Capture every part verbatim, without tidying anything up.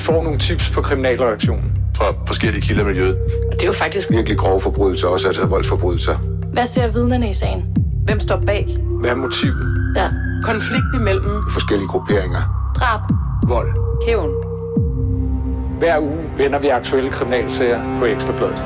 får nogle tips på kriminalreaktionen fra forskellige kilder i miljøet. Og det er jo faktisk virkelig grove forbrydelser, også altså voldsforbrydelser. Hvad ser vidnerne i sagen? Hvem står bag? Hvad er motivet? Ja. Konflikt imellem forskellige grupperinger. Drab. Vold. Hævn. Hver uge vender vi aktuelle kriminalsager på Ekstra Bladet.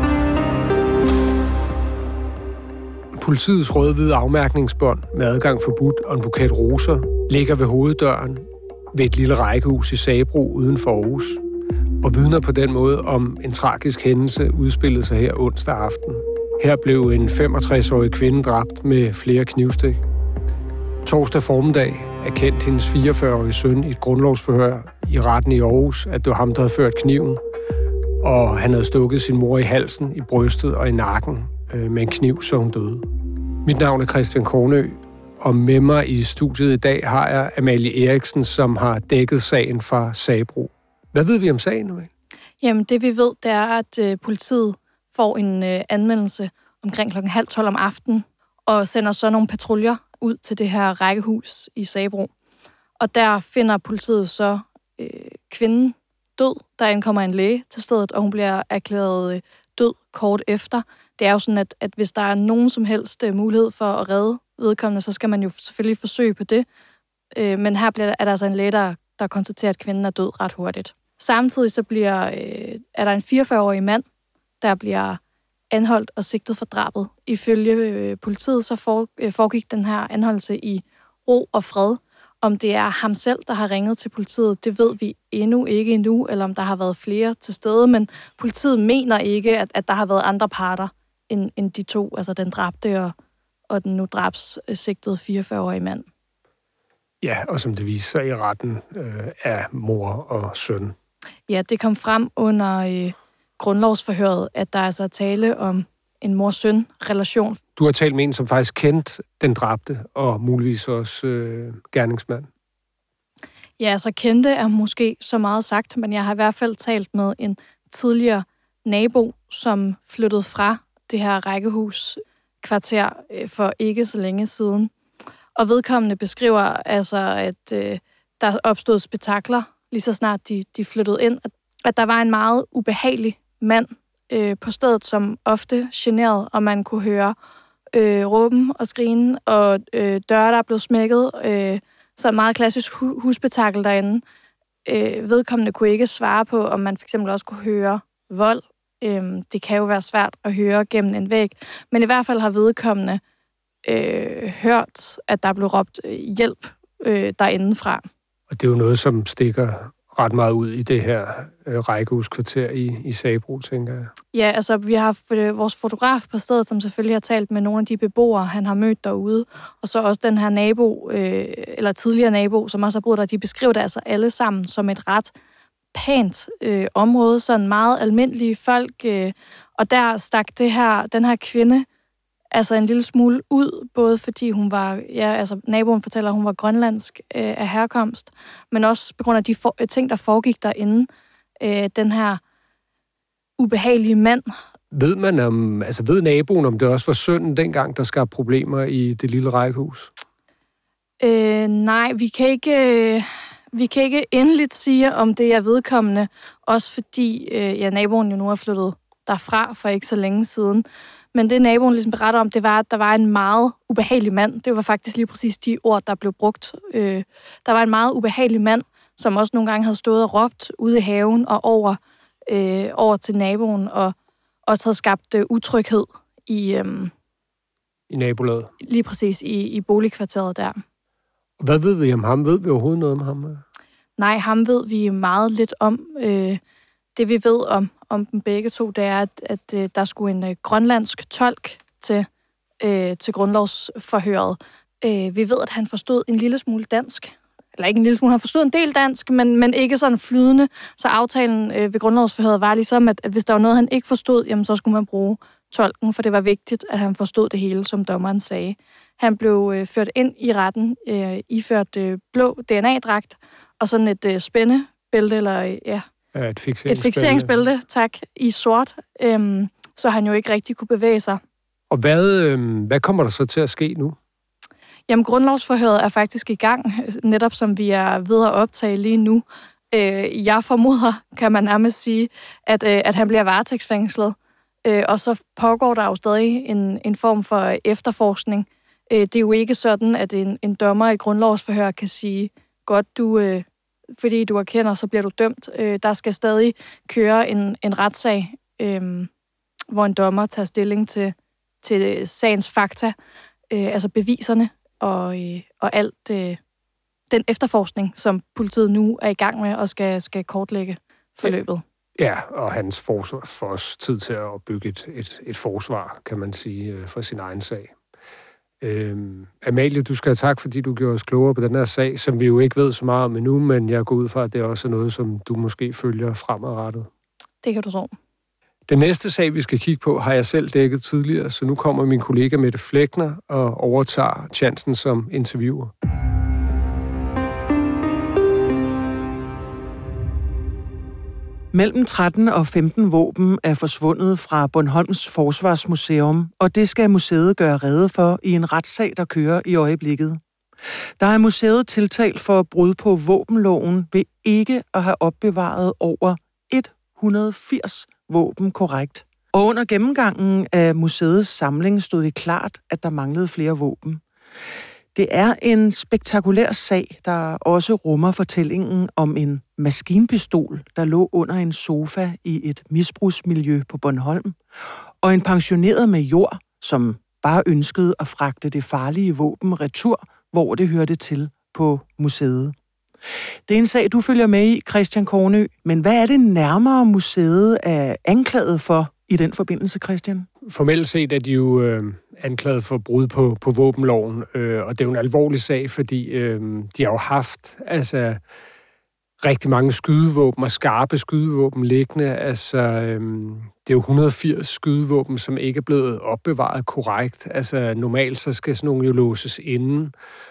Politiets rød-hvide afmærkningsbånd med adgang forbudt og en buket roser ligger ved hoveddøren ved et lille rækkehus i Sabro uden for Aarhus, og vidner på den måde om en tragisk hændelse udspillede sig her onsdag aften. Her blev en femogtres-årig kvinde dræbt med flere knivstik. Torsdag formiddag erkendte hendes fireogfyrre-årige søn i et grundlovsforhør i retten i Aarhus, at det var ham, der havde ført kniven, og han havde stukket sin mor i halsen, i brystet og i nakken øh, med en kniv, så hun døde. Mit navn er Christian Kornø, og med mig i studiet i dag har jeg Amalie Eriksen, som har dækket sagen fra Sabro. Hvad ved vi om sagen, Amalie? Jamen, det vi ved, det er, at øh, politiet får en øh, anmeldelse omkring klokken halv tolv om aftenen, og sender så nogle patruljer ud til det her rækkehus i Sabro. Og der finder politiet så øh, kvinden død. Der indkommer en læge til stedet, og hun bliver erklæret øh, død kort efter. Det er jo sådan, at, at hvis der er nogen som helst øh, mulighed for at redde vedkommende, så skal man jo selvfølgelig forsøge på det. Øh, men her bliver der, er der altså en læge, der, der konstaterer, at kvinden er død ret hurtigt. Samtidig så bliver, øh, er der en fireogfyrre-årig mand, der bliver anholdt og sigtet for drabet. Ifølge øh, politiet så for, øh, foregik den her anholdelse i ro og fred. Om det er ham selv, der har ringet til politiet, det ved vi endnu ikke endnu, eller om der har været flere til stede, men politiet mener ikke, at, at der har været andre parter end, end de to, altså den dræbte og, og den nu drabssigtede fireogfyrre-årige mand. Ja, og som det viser sig i retten øh, er mor og søn. Ja, det kom frem under øh, grundlovsforhøret, at der altså er tale om en mor-søn-relation. Du har talt med en, som faktisk kendte den dræbte, og muligvis også øh, gerningsmand. Ja, så kendte er måske så meget sagt, men jeg har i hvert fald talt med en tidligere nabo, som flyttede fra det her rækkehuskvarter øh, for ikke så længe siden. Og vedkommende beskriver altså, at øh, der opstod spektakler, lige så snart de, de flyttede ind, at, at der var en meget ubehagelig mand øh, på stedet, som ofte generede, og man kunne høre øh, råben og skrigen, og øh, døre, der blev smækket. Øh, så en meget klassisk hu- husspektakel derinde. Øh, vedkommende kunne ikke svare på, om man for eksempel også kunne høre vold. Øh, det kan jo være svært at høre gennem en væg, men i hvert fald har vedkommende øh, hørt, at der blev råbt hjælp øh, derindefra. Og det er jo noget, som stikker ret meget ud i det her øh, rækkehuskvarter i, i Sabro, tænker jeg. Ja, altså vi har øh, vores fotograf på stedet, som selvfølgelig har talt med nogle af de beboere, han har mødt derude, og så også den her nabo, øh, eller tidligere nabo, som også har boet der, de beskriver det altså alle sammen som et ret pænt øh, område, sådan meget almindelige folk, øh, og der stak det her, den her kvinde altså en lille smule ud, både fordi hun var, ja, altså naboen fortæller, at hun var grønlandsk øh, af herkomst, men også på grund af de for, ting, der foregik derinde. Øh, den her ubehagelige mand. Ved man om, altså ved naboen, om det også var sønnen dengang, der skabte problemer i det lille rækkehus? Øh, nej, vi kan ikke, øh, vi kan ikke endeligt sige, om det er vedkommende, også fordi øh, ja, naboen jo nu er flyttet derfra for ikke så længe siden. Men det naboen ligesom beretter om, det var, at der var en meget ubehagelig mand. Det var faktisk lige præcis de ord, der blev brugt. Øh, der var en meget ubehagelig mand, som også nogle gange havde stået og råbt ude i haven og over, øh, over til naboen, og også havde skabt øh, utryghed i, øh, I nabolaget. Lige præcis i, i boligkvarteret der. Hvad ved vi om ham? Ved vi overhovedet noget om ham? Nej, ham ved vi meget lidt om. Øh, det vi ved om, om dem begge to, det er, at, at, at der skulle en uh, grønlandsk tolk til, øh, til grundlovsforhøret. Øh, vi ved, at han forstod en lille smule dansk. Eller ikke en lille smule, han forstod en del dansk, men, men ikke sådan flydende. Så aftalen øh, ved grundlovsforhøret var ligesom, at, at hvis der var noget, han ikke forstod, jamen, så skulle man bruge tolken, for det var vigtigt, at han forstod det hele, som dommeren sagde. Han blev øh, ført ind i retten, øh, iført øh, blå D N A-dragt, og sådan et øh, spændebælte, eller ja, ja et, fikseringsbælte. et fikseringsbælte, tak, i sort, øh, så han jo ikke rigtig kunne bevæge sig. Og hvad, øh, hvad kommer der så til at ske nu? Jamen, grundlovsforhøret er faktisk i gang, netop som vi er ved at optage lige nu. Øh, jeg formoder, kan man nærmest sige, at, øh, at han bliver varetægtsfængslet. Øh, og så pågår der jo stadig en, en form for efterforskning. Øh, det er jo ikke sådan, at en, en dommer i grundlovsforhør kan sige, godt, du, øh, fordi du erkender, så bliver du dømt. Øh, der skal stadig køre en, en retssag, øh, hvor en dommer tager stilling til, til sagens fakta, øh, altså beviserne og, øh, og alt øh, den efterforskning, som politiet nu er i gang med og skal, skal kortlægge forløbet. Ja, og hans forsvar får os tid til at bygge et, et, et forsvar, kan man sige, for sin egen sag. Øhm, Amalie, du skal have tak, fordi du gjorde os klogere på den her sag, som vi jo ikke ved så meget om endnu, men jeg går ud fra, at det er også noget, som du måske følger fremadrettet. Det kan du så. Den næste sag, vi skal kigge på, har jeg selv dækket tidligere, så nu kommer min kollega Mette Fleckner og overtager chancen som interviewer. Mellem tretten og femten våben er forsvundet fra Bornholms Forsvarsmuseum, og det skal museet gøre rede for i en retssag, der kører i øjeblikket. Der er museet tiltalt for brud på våbenloven ved ikke at have opbevaret over et hundrede og firs våben korrekt. Og under gennemgangen af museets samling stod det klart, at der manglede flere våben. Det er en spektakulær sag, der også rummer fortællingen om en maskinpistol, der lå under en sofa i et misbrugsmiljø på Bornholm, og en pensioneret major, som bare ønskede at fragte det farlige våben retur, hvor det hørte til på museet. Det er en sag, du følger med i, Christian Kornø, men hvad er det nærmere museet er anklaget for i den forbindelse, Christian? Formelt set er de jo øh, anklaget for brud på, på våbenloven, øh, og det er jo en alvorlig sag, fordi øh, de har jo haft altså, rigtig mange skydevåben og skarpe skydevåben liggende. Altså, øh, det er jo et hundrede og firs skydevåben, som ikke er blevet opbevaret korrekt. Altså, normalt så skal sådan nogle jo låses inden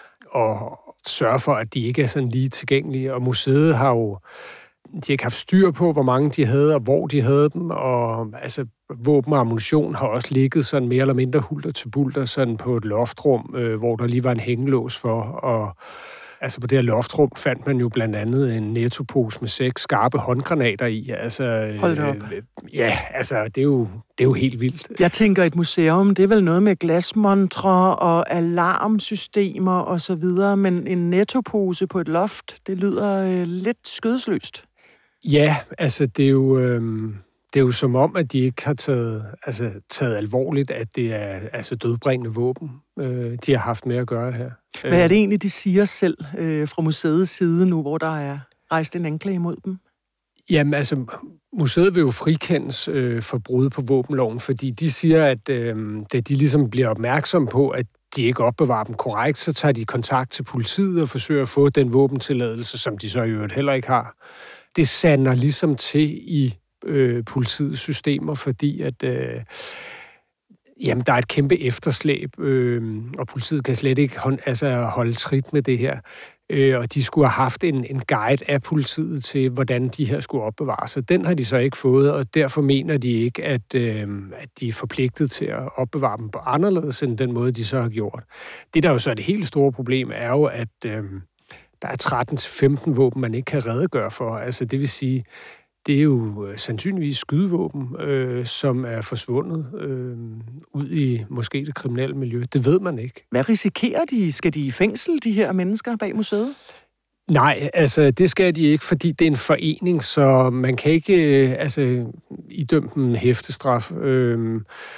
og sørge for, at de ikke er sådan lige tilgængelige, og museet har jo de har ikke haft styr på, hvor mange de havde, og hvor de havde dem, og altså, våben og ammunition har også ligget sådan mere eller mindre hulter til bulter, sådan på et loftrum, øh, hvor der lige var en hængelås for, og altså på det her loftrum fandt man jo blandt andet en nettopose med seks skarpe håndgranater i. Altså, Hold da op. Øh, ja, altså, det er, jo, det er jo helt vildt. Jeg tænker, et museum, det er vel noget med glasmontre og alarmsystemer og så videre, men en nettopose på et loft, det lyder øh, lidt skødesløst. Ja, altså det er jo, øh, det er jo som om, at de ikke har taget, altså, taget alvorligt, at det er altså dødbringende våben, øh, de har haft med at gøre her. Hvad er det egentlig, de siger selv øh, fra museets side nu, hvor der er rejst en anklage imod dem? Jamen altså, museet vil jo frikendes øh, for brud på våbenloven, fordi de siger, at øh, da de ligesom bliver opmærksomme på, at de ikke opbevarer dem korrekt, så tager de kontakt til politiet og forsøger at få den våbentilladelse, som de så i øvrigt heller ikke har. Det sander ligesom til i øh, politiets systemer, fordi at øh, jamen, der er et kæmpe efterslæb, øh, og politiet kan slet ikke hånd, altså, holde trit med det her. Øh, og de skulle have haft en, en guide af politiet til, hvordan de her skulle opbevares. Så den har de så ikke fået, og derfor mener de ikke, at, øh, at de er forpligtet til at opbevare dem på anderledes end den måde, de så har gjort. Det, der jo så er det helt store problem, er jo, at øh, der er tretten til femten våben, man ikke kan redegøre for. Altså, det vil sige, det er jo sandsynligvis skydevåben, øh, som er forsvundet øh, ud i måske det kriminelle miljø. Det ved man ikke. Hvad risikerer de? Skal de i fængsel, de her mennesker bag museet? Nej, altså det skal de ikke, fordi det er en forening, så man kan ikke øh, altså, idømme dem en hæftestraf. Øh,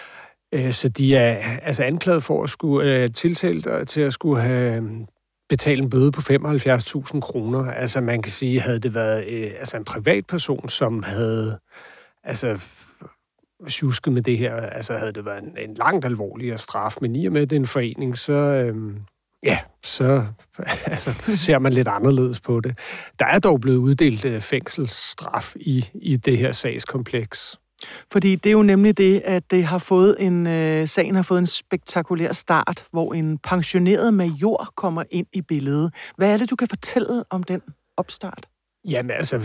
øh, så de er altså anklaget for at skulle øh, tiltalt til at skulle have betale en bøde på femoghalvfjerds tusind kroner. Altså man kan sige, havde det været øh, altså en privatperson, som havde altså sjusket med det her, altså havde det været en, en langt alvorligere straf, men i og med, at det er en forening, så, øh, ja, så altså, ser man lidt anderledes på det. Der er dog blevet uddelt øh, fængselsstraf i, i det her sagskompleks. Fordi det er jo nemlig det, at det har fået en, øh, sagen har fået en spektakulær start, hvor en pensioneret major kommer ind i billedet. Hvad er det, du kan fortælle om den opstart? Jamen altså,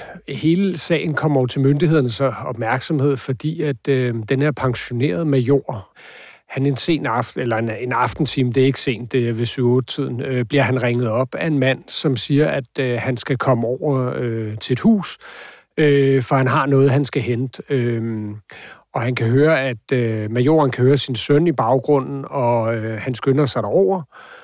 hele sagen kommer jo til myndighedernes opmærksomhed, fordi at øh, den her pensionerede major, han en sen aften, eller en, en aftentime, det er ikke sent, det er ved syv otte tiden, øh, bliver han ringet op af en mand, som siger, at øh, han skal komme over øh, til et hus, øh, for han har noget, han skal hente. Øh, og han kan høre, at øh, majoren kan høre sin søn i baggrunden, og øh, han skynder sig derover.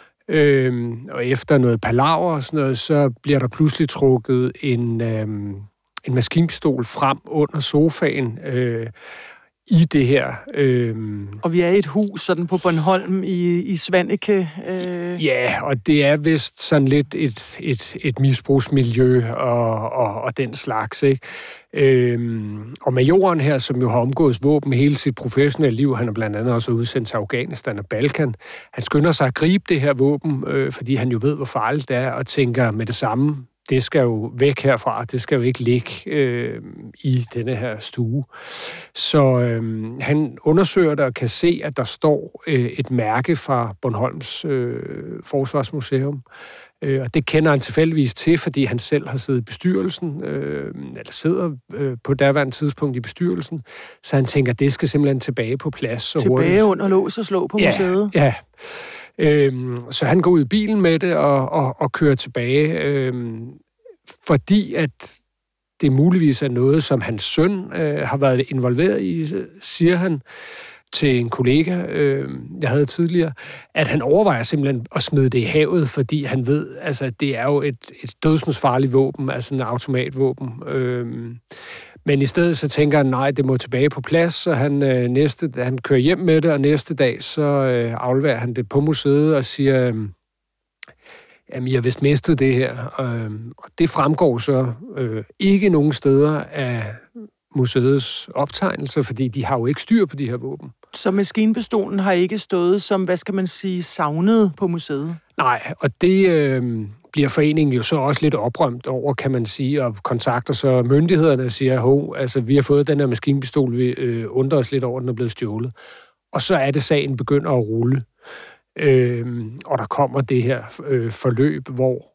Øh, og efter noget palaver og sådan noget, så bliver der pludselig trukket en, øh, en maskinpistol frem under sofaen, øh, i det her. Øh... Og vi er i et hus sådan på Bornholm i, i Svaneke. Øh... Ja, og det er vist sådan lidt et, et, et misbrugsmiljø og, og, og den slags, ikke? Øh... Og majoren her, som jo har omgået våben hele sit professionelle liv, han er blandt andet også udsendt til Afghanistan og Balkan, han skynder sig at gribe det her våben, øh, fordi han jo ved, hvor farligt det er, og tænker med det samme, det skal jo væk herfra, det skal jo ikke ligge øh, i denne her stue. Så øh, han undersøger det og kan se, at der står øh, et mærke fra Bornholms øh, Forsvarsmuseum. Øh, og det kender han tilfældigvis til, fordi han selv har siddet i bestyrelsen, øh, eller sidder øh, på daværende tidspunkt i bestyrelsen. Så han tænker, at det skal simpelthen tilbage på plads. Så tilbage hurtigt. Under lås og slå på ja, museet? Ja, Øhm, så han går ud i bilen med det og, og, og kører tilbage, øhm, fordi at det muligvis er noget, som hans søn øh, har været involveret i, siger han til en kollega, øh, jeg havde tidligere, at han overvejer simpelthen at smide det i havet, fordi han ved, altså det er jo et, et dødsensfarligt våben, altså en automatvåben. Øh, Men i stedet så tænker han, nej, det må tilbage på plads, så han, øh, næste, han kører hjem med det, og næste dag så øh, afleverer han det på museet og siger, øh, jamen, jeg har vist mistet det her. Øh, og det fremgår så øh, ikke nogen steder af museets optegnelser, fordi de har jo ikke styr på de her våben. Så maskinpistolen har ikke stået som, hvad skal man sige, savnet på museet? Nej, og det... Øh, bliver foreningen jo så også lidt oprømt over, kan man sige, og kontakter så myndighederne og siger, hov, altså vi har fået den her maskinpistol, vi øh, undrer os lidt over, den er blevet stjålet. Og så er det, sagen begynder at rulle. Øh, og der kommer det her øh, forløb, hvor...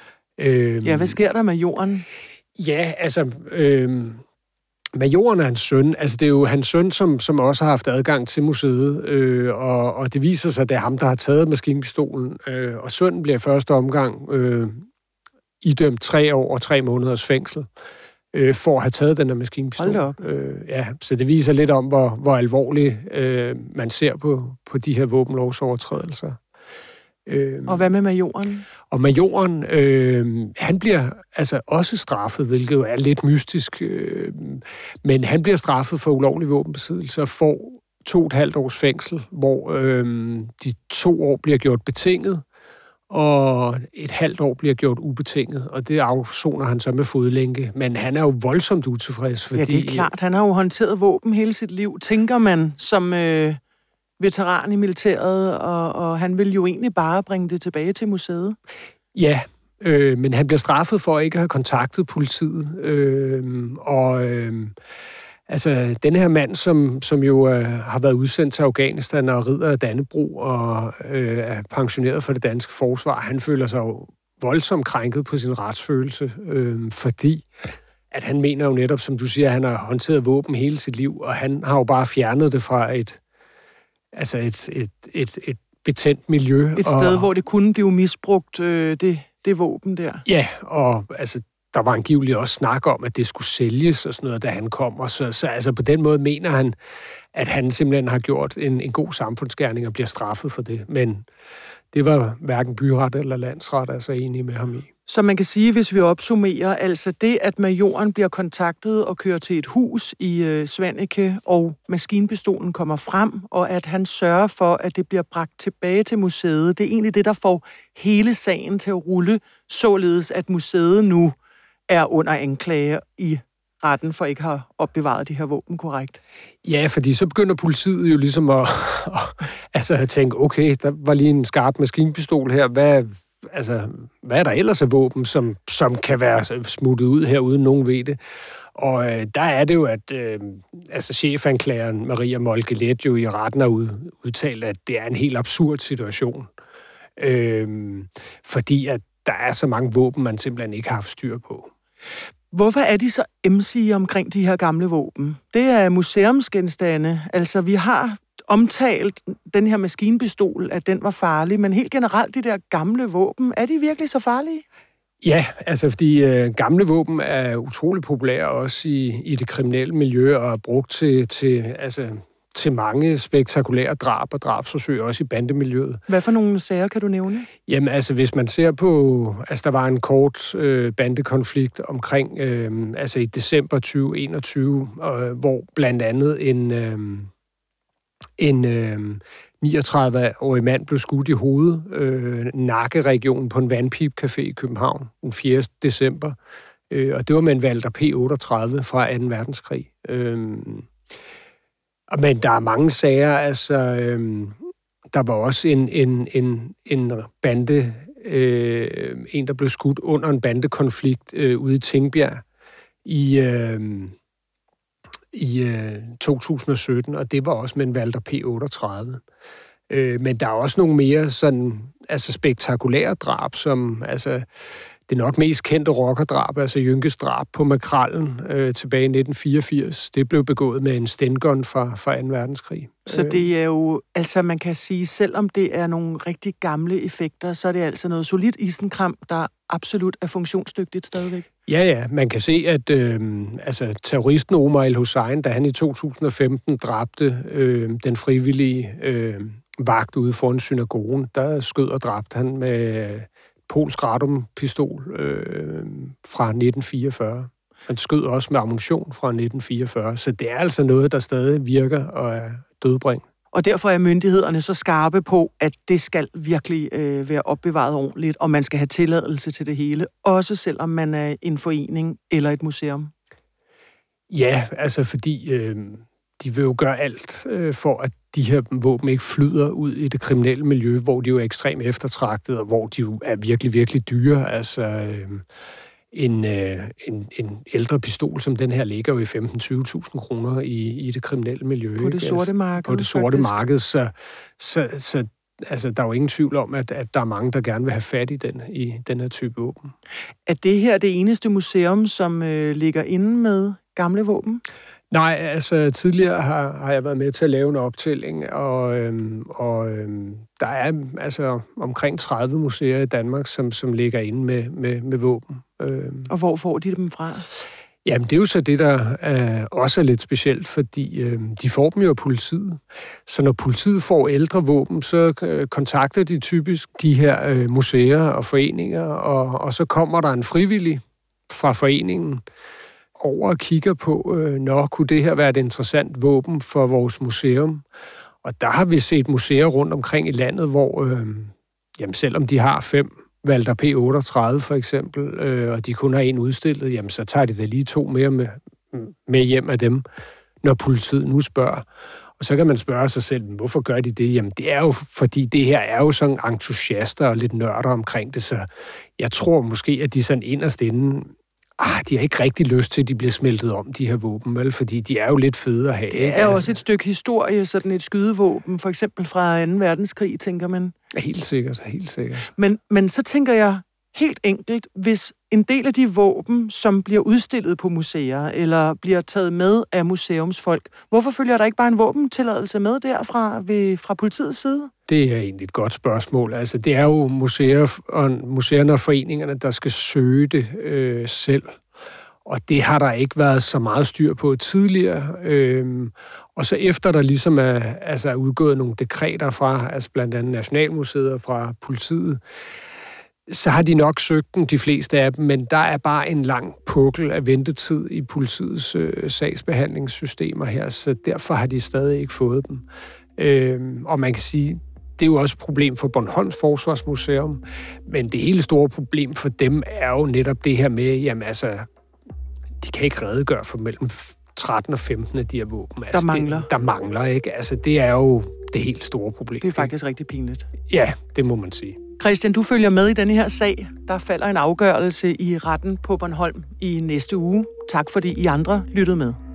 Øh, ja, hvad sker der med jorden? Ja, altså... Øh, majoren er hans søn, altså det er jo hans søn, som, som også har haft adgang til museet, øh, og, og det viser sig, at det er ham, der har taget maskinpistolen, øh, og sønnen bliver i første omgang øh, idømt tre år og tre måneders fængsel, øh, for at have taget den her maskinpistol. Hold da op. Øh, ja, så det viser lidt om, hvor, hvor alvorligt øh, man ser på, på de her våbenlovsovertrædelser. Øhm, og hvad med majoren? Og majoren, øh, han bliver altså også straffet, hvilket jo er lidt mystisk, øh, men han bliver straffet for ulovlig våbenbesiddelse og får to og et halvt års fængsel, hvor øh, de to år bliver gjort betinget, og et halvt år bliver gjort ubetinget, og det afsoner han så med fodlænke. Men han er jo voldsomt utilfreds, fordi... Ja, det er klart. Han har jo håndteret våben hele sit liv, tænker man, som... Øh veteran i militæret, og, og han vil jo egentlig bare bringe det tilbage til museet. Ja, øh, men han bliver straffet for at ikke have kontaktet politiet. Øh, og øh, altså, den her mand, som, som jo øh, har været udsendt til Afghanistan og ridder af Dannebrog og øh, er pensioneret for det danske forsvar, han føler sig jo voldsomt krænket på sin retsfølelse, øh, fordi at han mener jo netop, som du siger, at han har håndteret våben hele sit liv, og han har jo bare fjernet det fra et Altså et, et, et, et betændt miljø. Et sted, og, hvor det kunne blive misbrugt, øh, det, det våben der. Ja, og altså, der var angiveligt også snak om, at det skulle sælges og sådan noget, da han kom. Og så, så altså, på den måde mener han, at han simpelthen har gjort en, en god samfundsgerning og bliver straffet for det. Men det var hverken byret eller landsret altså enige med ham i. Så man kan sige, hvis vi opsummerer, altså det, at majoren bliver kontaktet og kører til et hus i øh, Svaneke, og maskinpistolen kommer frem, og at han sørger for, at det bliver bragt tilbage til museet, det er egentlig det, der får hele sagen til at rulle, således at museet nu er under anklage i retten for ikke at have opbevaret de her våben korrekt. Ja, fordi så begynder politiet jo ligesom at, altså at tænke, okay, der var lige en skarp maskinpistol her, hvad... Altså, hvad er der ellers af våben, som, som kan være smuttet ud her, uden nogen ved det? Og øh, der er det jo, at øh, altså, chefanklageren Maria Molkelet jo i retten har ud, udtalt, at det er en helt absurd situation. Øh, fordi at der er så mange våben, man simpelthen ikke har haft styr på. Hvorfor er de så emsige omkring de her gamle våben? Det er museumsgenstande. Altså, vi har omtalt, den her maskinpistol, at den var farlig, men helt generelt, de der gamle våben, er de virkelig så farlige? Ja, altså fordi øh, gamle våben er utrolig populære også i, i det kriminelle miljø og er brugt til, til, altså, til mange spektakulære drab og drabsforsøg, også i bandemiljøet. Hvad for nogle sager kan du nævne? Jamen altså, hvis man ser på, altså der var en kort øh, bandekonflikt omkring, øh, altså i december tyve enogtyve, øh, hvor blandt andet en, øh, en øh, niogtredive-årig mand blev skudt i hovedet, øh, nakkeregionen på en vandpipcafé i København den fjerde december. Øh, og det var med en Walter P otteogtredive fra anden verdenskrig. Øh, men der er mange sager, altså øh, der var også en, en, en, en bande, øh, en der blev skudt under en bandekonflikt øh, ude i Tingbjerg i... Øh, i øh, to tusind og sytten, og det var også med en Walter P otteogtredive. Øh, men der er også nogle mere sådan, altså spektakulære drab, som altså det nok mest kendte rockerdrab, altså Jynkes drab på Makrellen øh, tilbage i nitten fireogfirs. Det blev begået med en stengun fra, fra anden verdenskrig. Så det er jo, altså man kan sige, selvom det er nogle rigtig gamle effekter, så er det altså noget solidt isenkram, der absolut er funktionsdygtigt stadigvæk. Ja, ja. Man kan se, at øh, altså, terroristen Omar el-Hussein, da han i to tusind og femten dræbte øh, den frivillige øh, vagt ude foran synagogen, der skød og dræbte han med øh, polsk Radom-pistol øh, fra nitten fireogfyrre. Han skød også med ammunition fra nitten fireogfyrre. Så det er altså noget, der stadig virker og er dødbringende. Og derfor er myndighederne så skarpe på, at det skal virkelig øh, være opbevaret ordentligt, og man skal have tilladelse til det hele, også selvom man er en forening eller et museum. Ja, altså fordi øh, de vil jo gøre alt øh, for, at de her våben ikke flyder ud i det kriminelle miljø, hvor de jo er ekstremt eftertragtede, og hvor de jo er virkelig, virkelig dyre. Altså øh, en, øh, en, en ældre pistol som den her ligger jo i femten til tyve tusind kroner i, i det kriminelle miljø. På det sorte marked. På det sorte faktisk. marked, så, så, så altså, der er jo ingen tvivl om, at, at der er mange, der gerne vil have fat i den, i den her type våben. Er det her det eneste museum, som øh, ligger inde med gamle våben? Nej, altså tidligere har, har jeg været med til at lave en optælling, og, øhm, og øhm, der er altså omkring tredive museer i Danmark, som, som ligger inde med, med, med våben. Øhm. Og hvor får de dem fra? Jamen, det er jo så det, der øh, også er lidt specielt, fordi øh, de får dem jo af politiet. Så når politiet får ældre våben, så øh, kontakter de typisk de her øh, museer og foreninger, og, og så kommer der en frivillig fra foreningen over og kigger på, øh, nå, kunne det her være et interessant våben for vores museum? Og der har vi set museer rundt omkring i landet, hvor øh, jamen, selvom de har fem Walter P otteogtredive for eksempel, øh, og de kun har en udstillet, jamen så tager de da lige to mere med, med hjem af dem, når politiet nu spørger. Og så kan man spørge sig selv, hvorfor gør de det? Jamen det er jo, fordi det her er jo sådan entusiaster og lidt nørder omkring det, så jeg tror måske, at de sådan inderst inde, ah, de har ikke rigtig lyst til, at de bliver smeltet om, de her våben, vel? Fordi de er jo lidt fede at have. Det er jo også et stykke historie, sådan et skydevåben, for eksempel fra anden verdenskrig, tænker man. Helt sikkert, helt sikkert. Men, men så tænker jeg helt enkelt, hvis en del af de våben, som bliver udstillet på museer, eller bliver taget med af museumsfolk, hvorfor følger der ikke bare en våbentilladelse med derfra ved, fra politiets side? Det er egentlig et godt spørgsmål. Altså, det er jo museer og, museerne og foreningerne, der skal søge det øh, selv. Og det har der ikke været så meget styr på tidligere. Øhm, og så efter der ligesom er, altså er udgået nogle dekreter fra, altså blandt andet Nationalmuseet og fra politiet, så har de nok søgt dem, de fleste af dem, men der er bare en lang pukkel af ventetid i politiets øh, sagsbehandlingssystemer her, så derfor har de stadig ikke fået dem. Øhm, og man kan sige, det er jo også et problem for Bornholms Forsvarsmuseum, men det hele store problem for dem er jo netop det her med, jamen altså, de kan ikke redegøre for mellem tretten og femten af de her våben. Altså, der mangler. Det, der mangler, ikke? Altså, det er jo det helt store problem. Det er faktisk ikke? rigtig pinligt. Ja, det må man sige. Christian, du følger med i denne her sag. Der falder en afgørelse i retten på Bornholm i næste uge. Tak fordi I andre lyttede med.